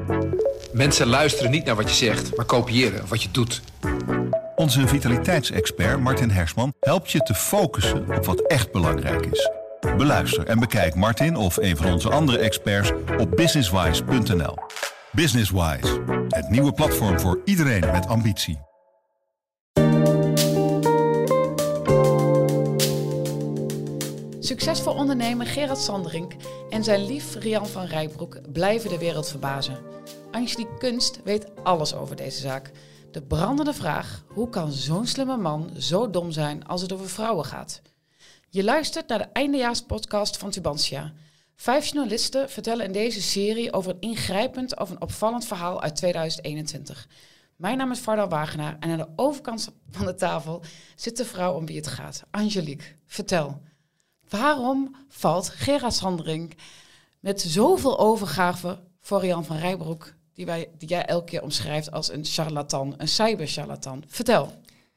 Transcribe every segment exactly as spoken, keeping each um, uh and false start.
Mensen luisteren niet naar wat je zegt, maar kopiëren wat je doet. Onze vitaliteitsexpert Martin Hersman helpt je te focussen op wat echt belangrijk is. Beluister en bekijk Martin of een van onze andere experts op businesswise punt n l. Businesswise, het nieuwe platform voor iedereen met ambitie. Succesvol ondernemer Gerard Sanderink en zijn lief Rian van Rijbroek blijven de wereld verbazen. Angelique Kunst weet alles over deze zaak. De brandende vraag: hoe kan zo'n slimme man zo dom zijn als het over vrouwen gaat? Je luistert naar de eindejaarspodcast van Tubantia. Vijf journalisten vertellen in deze serie over een ingrijpend of een opvallend verhaal uit tweeduizend eenentwintig. Mijn naam is Varda Wagenaar en aan de overkant van de tafel zit de vrouw om wie het gaat. Angelique, vertel. Waarom valt Gerard Sanderink met zoveel overgave voor Rian van Rijbroek, die, wij, die jij elke keer omschrijft als een charlatan, een cybercharlatan? Vertel.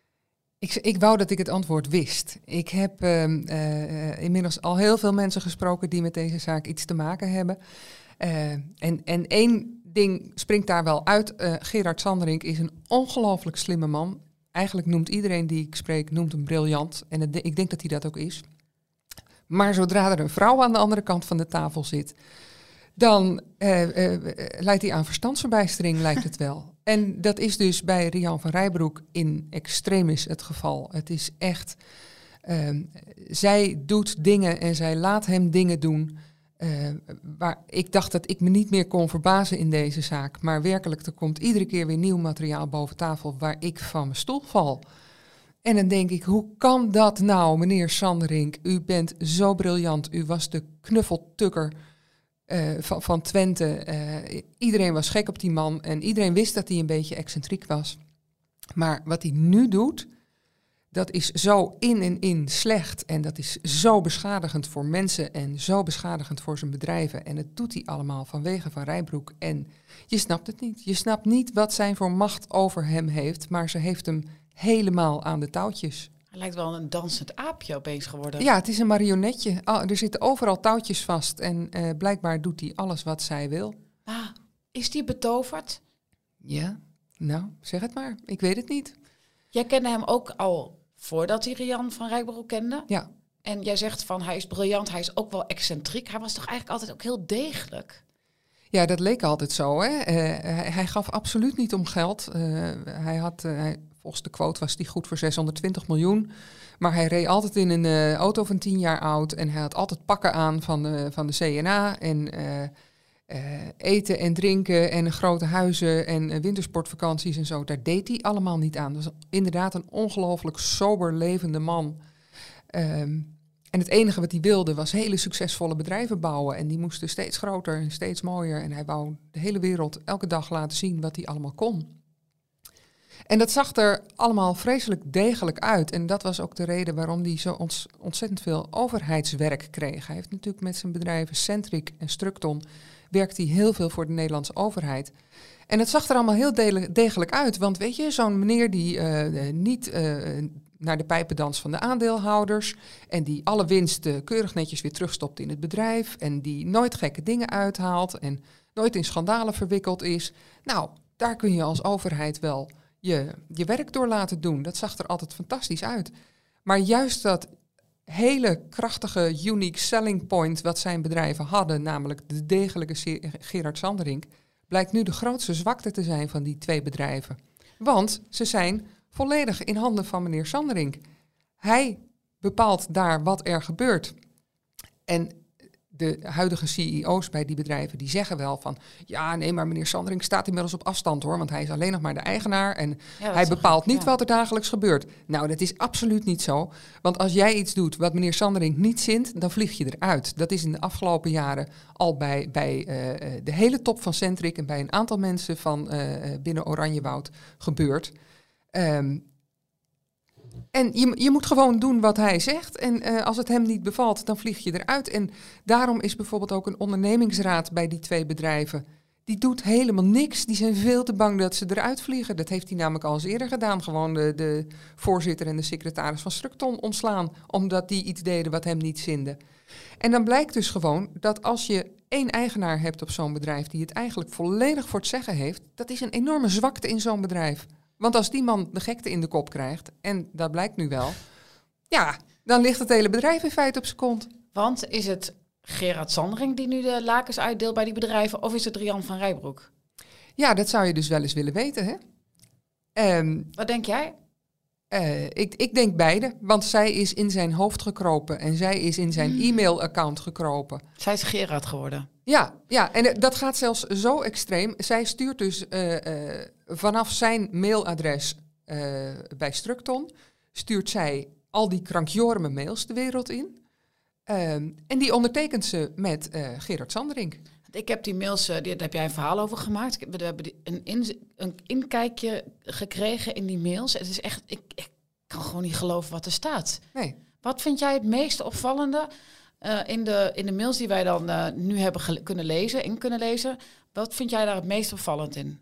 Ik, ik wou dat ik het antwoord wist. Ik heb uh, uh, inmiddels al heel veel mensen gesproken die met deze zaak iets te maken hebben. Uh, en, en één ding springt daar wel uit. Uh, Gerard Sanderink is een ongelooflijk slimme man. Eigenlijk noemt iedereen die ik spreek, noemt hem briljant. En het, ik denk dat hij dat ook is. Maar zodra er een vrouw aan de andere kant van de tafel zit, dan uh, uh, leidt hij aan verstandsverbijstering, lijkt het wel. En dat is dus bij Rian van Rijbroek in extremis het geval. Het is echt, uh, zij doet dingen en zij laat hem dingen doen uh, waar ik dacht dat ik me niet meer kon verbazen in deze zaak. Maar werkelijk, er komt iedere keer weer nieuw materiaal boven tafel waar ik van mijn stoel val. En dan denk ik, hoe kan dat nou, meneer Sanderink? U bent zo briljant. U was de knuffeltukker uh, van, van Twente. Uh, iedereen was gek op die man en iedereen wist dat hij een beetje excentriek was. Maar wat hij nu doet, dat is zo in en in slecht. En dat is zo beschadigend voor mensen en zo beschadigend voor zijn bedrijven. En dat doet hij allemaal vanwege Van Rijbroek. En je snapt het niet. Je snapt niet wat zij voor macht over hem heeft, maar ze heeft hem helemaal aan de touwtjes. Hij lijkt wel een dansend aapje opeens geworden. Ja, het is een marionetje. Oh, er zitten overal touwtjes vast en uh, blijkbaar doet hij alles wat zij wil. Ah, is die betoverd? Ja, nou, zeg het maar. Ik weet het niet. Jij kende hem ook al voordat hij Rian van Rijbroek kende? Ja. En jij zegt van hij is briljant, hij is ook wel excentriek. Hij was toch eigenlijk altijd ook heel degelijk? Ja, dat leek altijd zo. Hè? Uh, hij, hij gaf absoluut niet om geld. Uh, hij had, uh, hij, volgens de quote was hij goed voor zeshonderdtwintig miljoen. Maar hij reed altijd in een uh, auto van tien jaar oud. En hij had altijd pakken aan van de, van de C N A. En uh, uh, eten en drinken en grote huizen en uh, wintersportvakanties en zo. Daar deed hij allemaal niet aan. Dat was inderdaad een ongelooflijk sober levende man. Um, En het enige wat hij wilde was hele succesvolle bedrijven bouwen. En die moesten steeds groter en steeds mooier. En hij wou de hele wereld elke dag laten zien wat hij allemaal kon. En dat zag er allemaal vreselijk degelijk uit. En dat was ook de reden waarom hij zo ont- ontzettend veel overheidswerk kreeg. Hij heeft natuurlijk met zijn bedrijven Centric en Structon werkt hij heel veel voor de Nederlandse overheid. En het zag er allemaal heel de- degelijk uit. Want weet je, zo'n meneer die uh, niet Uh, naar de pijpendans van de aandeelhouders en die alle winst uh, keurig netjes weer terugstopt in het bedrijf en die nooit gekke dingen uithaalt en nooit in schandalen verwikkeld is. Nou, daar kun je als overheid wel je, je werk door laten doen. Dat zag er altijd fantastisch uit. Maar juist dat hele krachtige unique selling point wat zijn bedrijven hadden, namelijk de degelijke Gerard Sanderink, blijkt nu de grootste zwakte te zijn van die twee bedrijven. Want ze zijn volledig in handen van meneer Sanderink. Hij bepaalt daar wat er gebeurt. En de huidige C E O's bij die bedrijven die zeggen wel van ja, nee, maar meneer Sanderink staat inmiddels op afstand hoor, want hij is alleen nog maar de eigenaar en ja, hij bepaalt niet ja. wat er dagelijks gebeurt. Nou, dat is absoluut niet zo. Want als jij iets doet wat meneer Sanderink niet zint, dan vlieg je eruit. Dat is in de afgelopen jaren al bij, bij uh, de hele top van Centric en bij een aantal mensen van uh, binnen Oranjewoud gebeurd. Um, en je, je moet gewoon doen wat hij zegt. En uh, als het hem niet bevalt, dan vlieg je eruit. En daarom is bijvoorbeeld ook een ondernemingsraad bij die twee bedrijven. Die doet helemaal niks. Die zijn veel te bang dat ze eruit vliegen. Dat heeft hij namelijk al eens eerder gedaan. Gewoon de, de voorzitter en de secretaris van Structon ontslaan. Omdat die iets deden wat hem niet zinde. En dan blijkt dus gewoon dat als je één eigenaar hebt op zo'n bedrijf die het eigenlijk volledig voor het zeggen heeft, dat is een enorme zwakte in zo'n bedrijf. Want als die man de gekte in de kop krijgt, en dat blijkt nu wel, ja, dan ligt het hele bedrijf in feite op zijn kont. Want is het Gerard Sandring die nu de lakens uitdeelt bij die bedrijven, of is het Rian van Rijbroek? Ja, dat zou je dus wel eens willen weten, hè? Um, Wat denk jij? Uh, ik, ik denk beide, want zij is in zijn hoofd gekropen en zij is in zijn e-mailaccount gekropen. Zij is Gerard geworden. Ja, ja, en uh, dat gaat zelfs zo extreem. Zij stuurt dus uh, uh, vanaf zijn mailadres uh, bij Structon, stuurt zij al die krankjorme mails de wereld in. Uh, en die ondertekent ze met uh, Gerard Sandring. Ik heb die mails, uh, die, daar heb jij een verhaal over gemaakt. Ik, we hebben die, een, in, een inkijkje gekregen in die mails. Het is echt, ik, ik kan gewoon niet geloven wat er staat. Nee. Wat vind jij het meest opvallende uh, in, de, in de mails die wij dan uh, nu hebben gele- kunnen lezen, in kunnen lezen? Wat vind jij daar het meest opvallend in?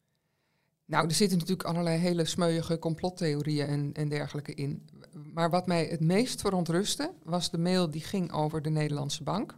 Nou, er zitten natuurlijk allerlei hele smeuïge complottheorieën en, en dergelijke in. Maar wat mij het meest verontrustte was de mail die ging over de Nederlandse Bank.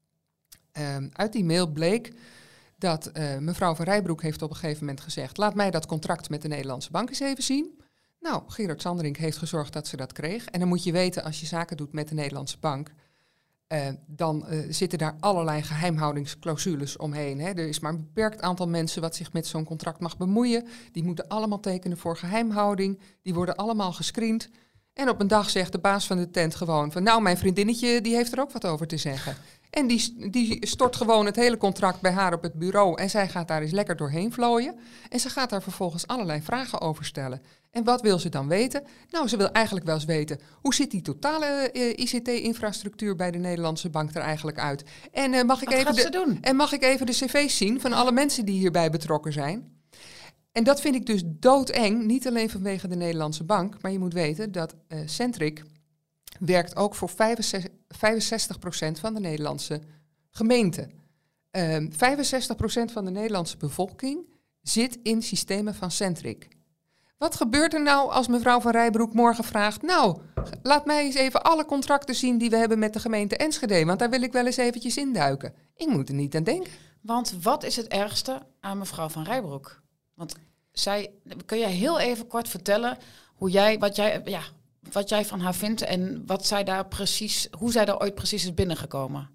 Um, uit die mail bleek dat uh, mevrouw van Rijbroek heeft op een gegeven moment gezegd, laat mij dat contract met de Nederlandse Bank eens even zien. Nou, Gerard Sandring heeft gezorgd dat ze dat kreeg. En dan moet je weten, als je zaken doet met de Nederlandse Bank, uh, dan uh, zitten daar allerlei geheimhoudingsclausules omheen. Hè. Er is maar een beperkt aantal mensen wat zich met zo'n contract mag bemoeien. Die moeten allemaal tekenen voor geheimhouding. Die worden allemaal gescreend. En op een dag zegt de baas van de tent gewoon van, nou, mijn vriendinnetje die heeft er ook wat over te zeggen. En die, die stort gewoon het hele contract bij haar op het bureau en zij gaat daar eens lekker doorheen vlooien. En ze gaat daar vervolgens allerlei vragen over stellen. En wat wil ze dan weten? Nou, ze wil eigenlijk wel eens weten, hoe ziet die totale uh, I C T-infrastructuur bij de Nederlandse Bank er eigenlijk uit? En, uh, mag ik wat even gaat de, ze doen? en mag ik even de cv's zien van alle mensen die hierbij betrokken zijn? En dat vind ik dus doodeng, niet alleen vanwege de Nederlandse Bank, maar je moet weten dat uh, Centric werkt ook voor vijfenzestig procent van de Nederlandse gemeenten. Um, vijfenzestig procent van de Nederlandse bevolking zit in systemen van Centric. Wat gebeurt er nou als mevrouw van Rijbroek morgen vraagt, nou, laat mij eens even alle contracten zien die we hebben met de gemeente Enschede, want daar wil ik wel eens eventjes induiken. Ik moet er niet aan denken. Want wat is het ergste aan mevrouw van Rijbroek? Want zij, kun jij heel even kort vertellen hoe jij, wat jij, ja, wat jij van haar vindt en wat zij daar precies, hoe zij daar ooit precies is binnengekomen?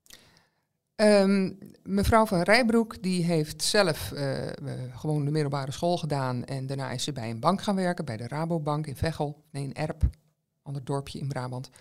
Um, mevrouw van Rijbroek die heeft zelf uh, gewoon de middelbare school gedaan en daarna is ze bij een bank gaan werken, bij de Rabobank in Veghel, nee in Erp, een ander dorpje in Brabant.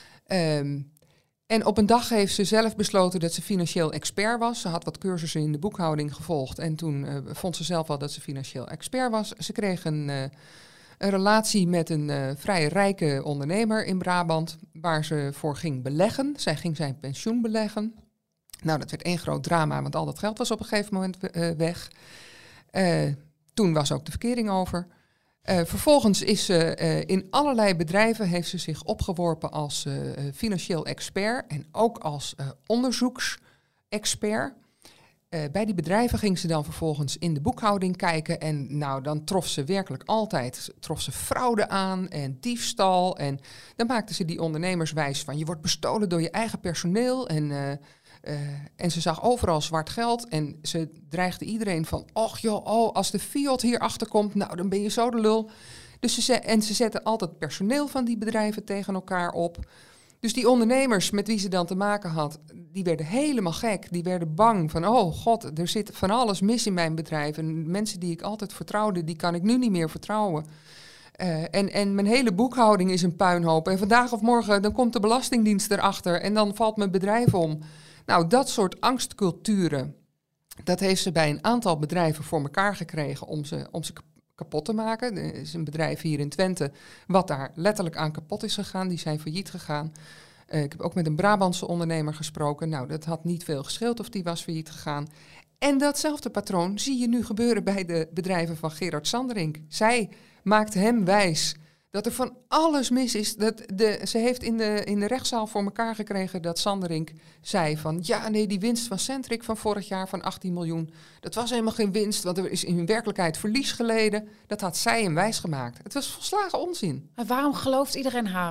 Um, en op een dag heeft ze zelf besloten dat ze financieel expert was. Ze had wat cursussen in de boekhouding gevolgd en toen uh, vond ze zelf wel dat ze financieel expert was. Ze kreeg een, uh, een relatie met een uh, vrij rijke ondernemer in Brabant waar ze voor ging beleggen. Zij ging zijn pensioen beleggen. Nou, dat werd één groot drama, want al dat geld was op een gegeven moment uh, weg. Uh, toen was ook de verkering over. Uh, vervolgens is ze uh, in allerlei bedrijven heeft ze zich opgeworpen als uh, financieel expert en ook als uh, onderzoeksexpert. Uh, bij die bedrijven ging ze dan vervolgens in de boekhouding kijken en nou, dan trof ze werkelijk altijd trof ze fraude aan en diefstal. En dan maakte ze die ondernemers wijs van je wordt bestolen door je eigen personeel en... Uh, Uh, en ze zag overal zwart geld en ze dreigde iedereen van, och joh, oh, als de Fiat hier achterkomt, nou dan ben je zo de lul. Dus ze zet, en ze zetten altijd personeel van die bedrijven tegen elkaar op. Dus die ondernemers met wie ze dan te maken had, die werden helemaal gek. Die werden bang van, oh god, er zit van alles mis in mijn bedrijf. En mensen die ik altijd vertrouwde, die kan ik nu niet meer vertrouwen. Uh, en, en mijn hele boekhouding is een puinhoop. En vandaag of morgen, dan komt de Belastingdienst erachter en dan valt mijn bedrijf om. Nou, dat soort angstculturen, dat heeft ze bij een aantal bedrijven voor elkaar gekregen om ze, om ze kapot te maken. Er is een bedrijf hier in Twente wat daar letterlijk aan kapot is gegaan. Die zijn failliet gegaan. Uh, ik heb ook met een Brabantse ondernemer gesproken. Nou, dat had niet veel gescheeld of die was failliet gegaan. En datzelfde patroon zie je nu gebeuren bij de bedrijven van Gerard Sandring. Zij maakt hem wijs dat er van alles mis is. Dat de, ze heeft in de, in de rechtszaal voor elkaar gekregen dat Sandring zei van... ja, nee, die winst van Centric van vorig jaar van achttien miljoen... dat was helemaal geen winst, want er is in werkelijkheid verlies geleden. Dat had zij hem wijsgemaakt. Het was volslagen onzin. Maar waarom gelooft iedereen haar?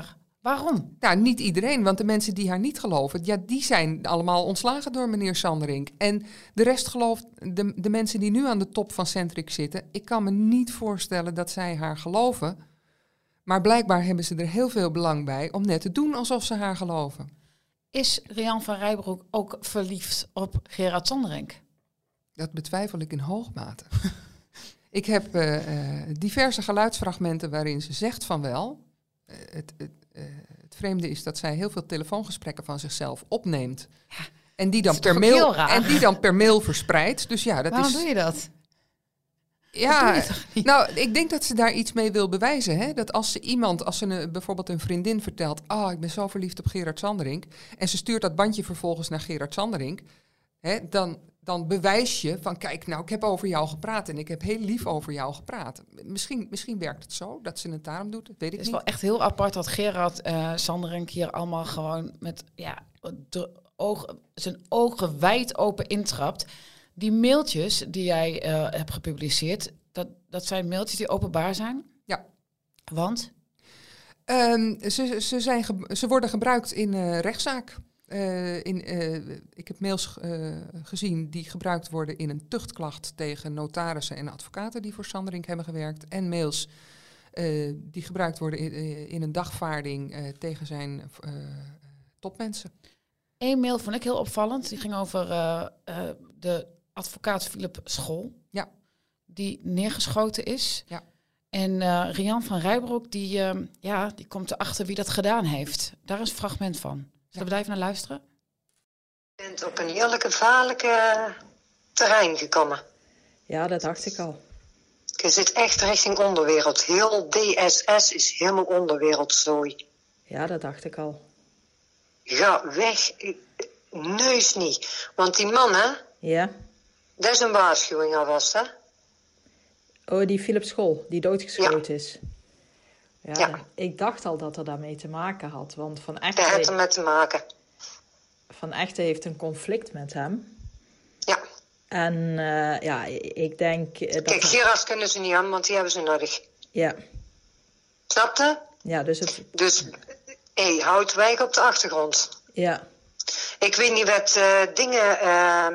Waarom? Nou, niet iedereen, want de mensen die haar niet geloven, ja, die zijn allemaal ontslagen door meneer Sanderink. En de rest gelooft, de, de mensen die nu aan de top van Centric zitten, ik kan me niet voorstellen dat zij haar geloven. Maar blijkbaar hebben ze er heel veel belang bij om net te doen alsof ze haar geloven. Is Rian van Rijbroek ook verliefd op Gerard Sanderink? Dat betwijfel ik in hoog mate. Ik heb uh, uh, diverse geluidsfragmenten waarin ze zegt van wel. Uh, het, het, uh, het vreemde is dat zij heel veel telefoongesprekken van zichzelf opneemt. Ja, en, die dan is per toch mail, heel raar? en die dan per mail verspreidt. Dus ja, dat Waarom is. doe je dat? Ja, Dat doe je toch niet? nou, ik denk dat ze daar iets mee wil bewijzen. Hè? Dat als ze iemand, als ze een, bijvoorbeeld een vriendin vertelt, ah, oh, ik ben zo verliefd op Gerard Sanderink, en ze stuurt dat bandje vervolgens naar Gerard Sanderink, hè, dan, dan bewijs je van, kijk, nou, ik heb over jou gepraat en ik heb heel lief over jou gepraat. Misschien, misschien werkt het zo, dat ze het daarom doet, dat weet ik Het is niet. wel echt heel apart dat Gerard uh, Sanderink hier allemaal gewoon met ja, de ogen, zijn ogen wijd open intrapt. Die mailtjes die jij uh, hebt gepubliceerd, dat, dat zijn mailtjes die openbaar zijn? Ja. Want? Um, ze, ze, zijn ge- ze worden gebruikt in uh, rechtszaak. Uh, in, uh, ik heb mails uh, gezien die gebruikt worden in een tuchtklacht tegen notarissen en advocaten die voor Sanderink hebben gewerkt. En mails uh, die gebruikt worden in, uh, in een dagvaarding uh, tegen zijn uh, topmensen. Eén mail vond ik heel opvallend. Die ging over uh, uh, de advocaat Philip School. Ja. Die neergeschoten is. Ja. En uh, Rian van Rijbroek, die, uh, ja, die komt erachter wie dat gedaan heeft. Daar is een fragment van. Zullen we daar even naar luisteren? Je bent op een heerlijk gevaarlijke terrein gekomen. Ja, dat dacht ik al. Je zit echt richting onderwereld. Heel D S S is helemaal onderwereldzooi. Ja, dat dacht ik al. Ga weg. Neus niet. Want die man, hè? Ja. Dat is een waarschuwing alvast, hè? Oh, die Philip School, die doodgeschoten Ja. is. Ja, Ja. Ik dacht al dat er daarmee te maken had. Want Van Dat Echten, heeft ermee te maken. Van Echten heeft een conflict met hem. Ja. En uh, ja, ik denk... uh, dat Kijk, Gerard kunnen ze niet aan, want die hebben ze nodig. Ja. Snap je? Ja, dus het... Dus, hé, hey, houd wijk op de achtergrond. Ja. Ik weet niet wat uh, dingen... Uh...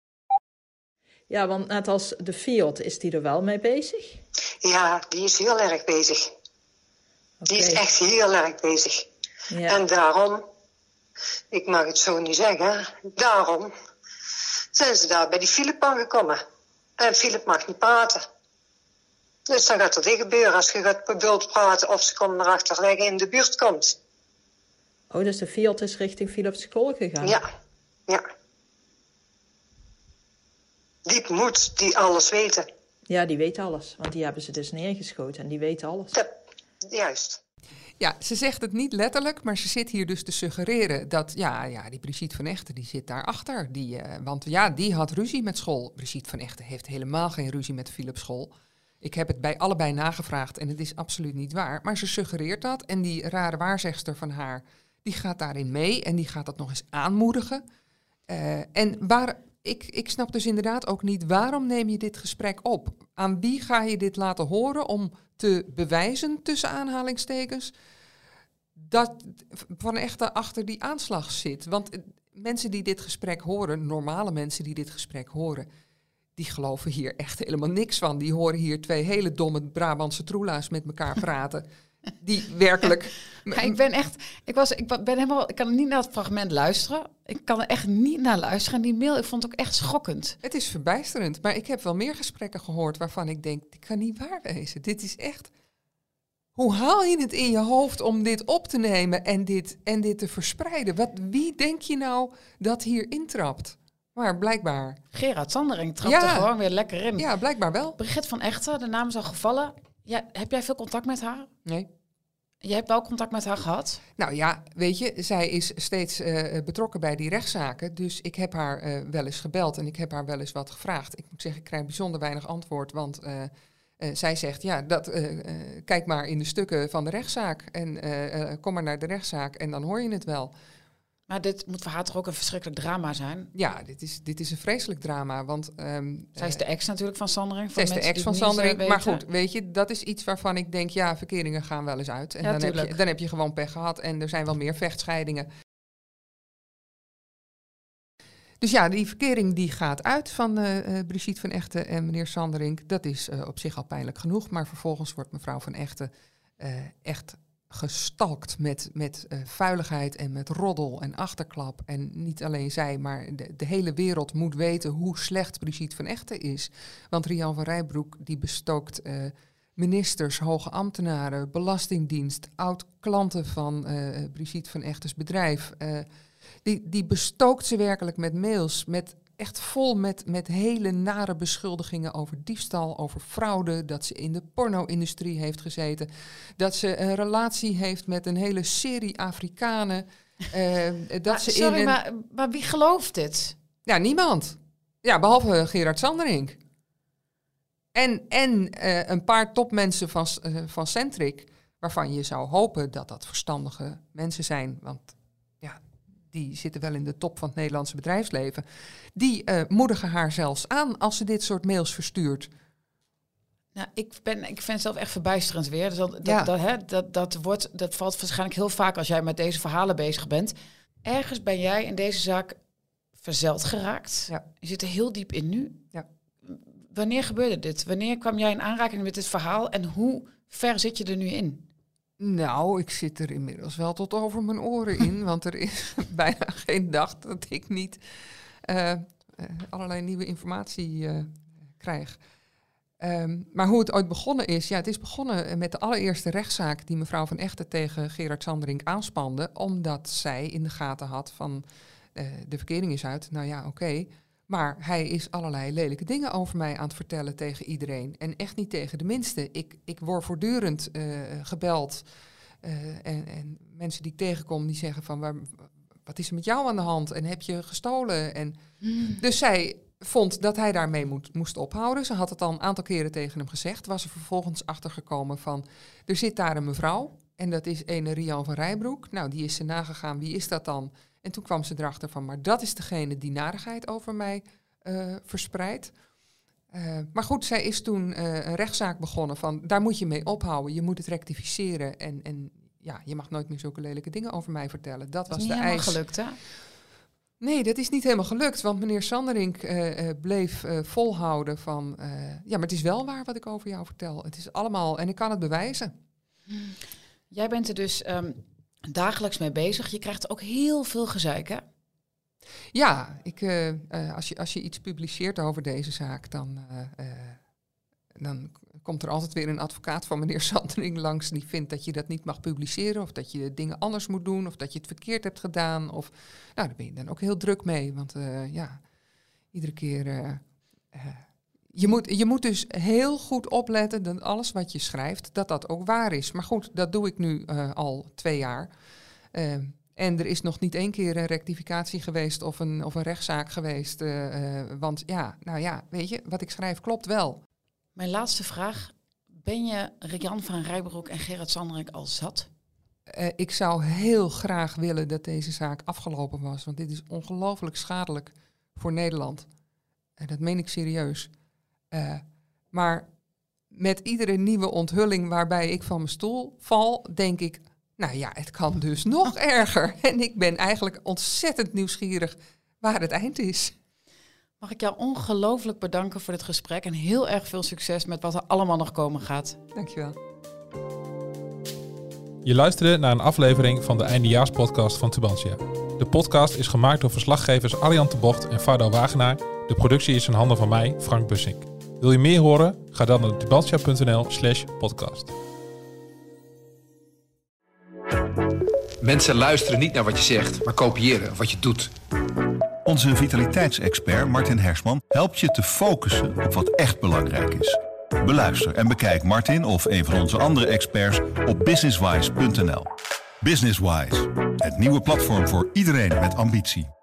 Ja, want net als de Fiat is die er wel mee bezig. Ja, die is heel erg bezig. Okay. Die is echt heel erg bezig. Ja. En daarom, ik mag het zo niet zeggen, daarom zijn ze daar bij die Philip aangekomen. En Philip mag niet praten. Dus dan gaat er dit gebeuren als je gaat bedoeld praten of ze komen erachter leggen in de buurt komt. Oh, dus de Fiat is richting Philip School gegaan? Ja, ja. Die moet die alles weten. Ja, die weet alles. Want die hebben ze dus neergeschoten en die weet alles. Ja, juist. Ja, ze zegt het niet letterlijk, maar ze zit hier dus te suggereren dat, ja, ja die Brigitte van Echten, die zit daarachter. Die, uh, want ja, die had ruzie met School. Brigitte van Echten heeft helemaal geen ruzie met Philip School. Ik heb het bij allebei nagevraagd en het is absoluut niet waar. Maar ze suggereert dat en die rare waarzegster van haar, die gaat daarin mee en die gaat dat nog eens aanmoedigen. Uh, en waar... Ik, ik snap dus inderdaad ook niet, waarom neem je dit gesprek op? Aan wie ga je dit laten horen om te bewijzen, tussen aanhalingstekens, dat Van Echten achter die aanslag zit? Want mensen die dit gesprek horen, normale mensen die dit gesprek horen, die geloven hier echt helemaal niks van. Die horen hier twee hele domme Brabantse troela's met elkaar praten. Die werkelijk... Ja, ik ben echt... Ik, was, ik ben helemaal... Ik kan niet naar het fragment luisteren. Ik kan er echt niet naar luisteren. En die mail, ik vond het ook echt schokkend. Het is verbijsterend. Maar ik heb wel meer gesprekken gehoord waarvan ik denk, dit kan niet waar wezen. Dit is echt... Hoe haal je het in je hoofd om dit op te nemen en dit, en dit te verspreiden? Wat, wie denk je nou dat hier intrapt? Maar blijkbaar... Gerard Sanderink trapt Ja. er gewoon weer lekker in. Ja, blijkbaar wel. Brigitte van Echten, de naam is al gevallen. Ja, heb jij veel contact met haar? Nee. Jij hebt wel contact met haar gehad? Nou ja, weet je, zij is steeds uh, betrokken bij die rechtszaken. Dus ik heb haar uh, wel eens gebeld en ik heb haar wel eens wat gevraagd. Ik moet zeggen, ik krijg bijzonder weinig antwoord, want uh, uh, zij zegt, ja, dat, uh, uh, kijk maar in de stukken van de rechtszaak. En uh, uh, kom maar naar de rechtszaak en dan hoor je het wel. Maar dit moet voor haar toch ook een verschrikkelijk drama zijn? Ja, dit is, dit is een vreselijk drama. Want, um, zij is de ex natuurlijk van Sandering. Zij is de ex van Sandering. Maar goed, weet je, dat is iets waarvan ik denk... ja, verkeringen gaan wel eens uit. En ja, dan, heb je, dan heb je gewoon pech gehad. En er zijn wel meer vechtscheidingen. Dus ja, die verkering die gaat uit van uh, uh, Brigitte van Egten en meneer Sandering. Dat is uh, op zich al pijnlijk genoeg. Maar vervolgens wordt mevrouw van Egten uh, echt... gestalkt met, met uh, vuiligheid en met roddel en achterklap. En niet alleen zij, maar de, de hele wereld moet weten hoe slecht Brigitte van Egten is. Want Rian van Rijbroek die bestookt uh, ministers, hoge ambtenaren, belastingdienst, oud-klanten van uh, Brigitte van Egtens bedrijf. Uh, die, die bestookt ze werkelijk met mails, met echt vol met, met hele nare beschuldigingen over diefstal, over fraude, dat ze in de porno-industrie heeft gezeten, dat ze een relatie heeft met een hele serie Afrikanen. Uh, dat maar, ze sorry, in een... maar, maar wie gelooft dit? Ja, niemand. Ja, behalve Gerard Sandering. En, en uh, een paar topmensen van, uh, van Centric, waarvan je zou hopen dat dat verstandige mensen zijn, want ja, die zitten wel in de top van het Nederlandse bedrijfsleven, die uh, moedigen haar zelfs aan als ze dit soort mails verstuurt. Nou, ik, ben, ik vind het zelf echt verbijsterend weer. Dus dat, dat, Ja. dat, hè, dat, dat, wordt, dat valt waarschijnlijk heel vaak als jij met deze verhalen bezig bent. Ergens ben jij in deze zaak verzeld geraakt. Ja. Je zit er heel diep in nu. Ja. Wanneer gebeurde dit? Wanneer kwam jij in aanraking met dit verhaal? En hoe ver zit je er nu in? Nou, ik zit er inmiddels wel tot over mijn oren in, want er is bijna geen dag dat ik niet uh, uh, allerlei nieuwe informatie uh, krijg. Um, maar hoe het ooit begonnen is, ja, het is begonnen met de allereerste rechtszaak die mevrouw van Egten tegen Gerard Sandering aanspande, omdat zij in de gaten had van uh, de verkering is uit, nou ja, oké. Okay, maar hij is allerlei lelijke dingen over mij aan het vertellen tegen iedereen. En echt niet tegen de minste. Ik, ik word voortdurend uh, gebeld. Uh, en, en mensen die ik tegenkom, die zeggen van, waar, wat is er met jou aan de hand? En heb je gestolen? En mm. Dus zij vond dat hij daarmee moet, moest ophouden. Ze had het al een aantal keren tegen hem gezegd. Was er vervolgens achtergekomen van, er zit daar een mevrouw. En dat is ene Rian van Rijbroek. Nou, die is ze nagegaan. Wie is dat dan? En toen kwam ze erachter van, maar dat is degene die narigheid over mij uh, verspreidt. Uh, maar goed, zij is toen uh, een rechtszaak begonnen van, daar moet je mee ophouden. Je moet het rectificeren en, en ja, je mag nooit meer zulke lelijke dingen over mij vertellen. Dat, dat was is de niet eis. helemaal gelukt, hè? Nee, dat is niet helemaal gelukt, want meneer Sandering uh, uh, bleef uh, volhouden van, uh, ja, maar het is wel waar wat ik over jou vertel. Het is allemaal, en ik kan het bewijzen. Jij bent er dus um, dagelijks mee bezig. Je krijgt ook heel veel gezeik, hè? Ja, ik, uh, uh, als, je, als je iets publiceert over deze zaak, dan, uh, uh, dan komt er altijd weer een advocaat van meneer Sandering langs die vindt dat je dat niet mag publiceren of dat je dingen anders moet doen of dat je het verkeerd hebt gedaan. Of, nou, daar ben je dan ook heel druk mee, want uh, ja, iedere keer... Uh, uh, je, moet, je moet dus heel goed opletten dat alles wat je schrijft, dat dat ook waar is. Maar goed, dat doe ik nu uh, al twee jaar. Uh, En er is nog niet één keer een rectificatie geweest of een, of een rechtszaak geweest. Uh, uh, want ja, nou ja, weet je, wat ik schrijf klopt wel. Mijn laatste vraag. Ben je Rian van Rijbroek en Gerard Sandering al zat? Uh, ik zou heel graag willen dat deze zaak afgelopen was. Want dit is ongelooflijk schadelijk voor Nederland. En uh, dat meen ik serieus. Uh, maar met iedere nieuwe onthulling waarbij ik van mijn stoel val, denk ik, nou ja, het kan dus nog erger. En ik ben eigenlijk ontzettend nieuwsgierig waar het eind is. Mag ik jou ongelooflijk bedanken voor dit gesprek en heel erg veel succes met wat er allemaal nog komen gaat. Dankjewel. Je luisterde naar een aflevering van de eindejaarspodcast van Tubantia. De podcast is gemaakt door verslaggevers Arjan de Bocht en Fardo Wagenaar. De productie is in handen van mij, Frank Bussink. Wil je meer horen? Ga dan naar tubantia.nl slash podcast. Mensen luisteren niet naar wat je zegt, maar kopiëren wat je doet. Onze vitaliteitsexpert Martin Hersman helpt je te focussen op wat echt belangrijk is. Beluister en bekijk Martin of een van onze andere experts op businesswise punt n l. Businesswise, het nieuwe platform voor iedereen met ambitie.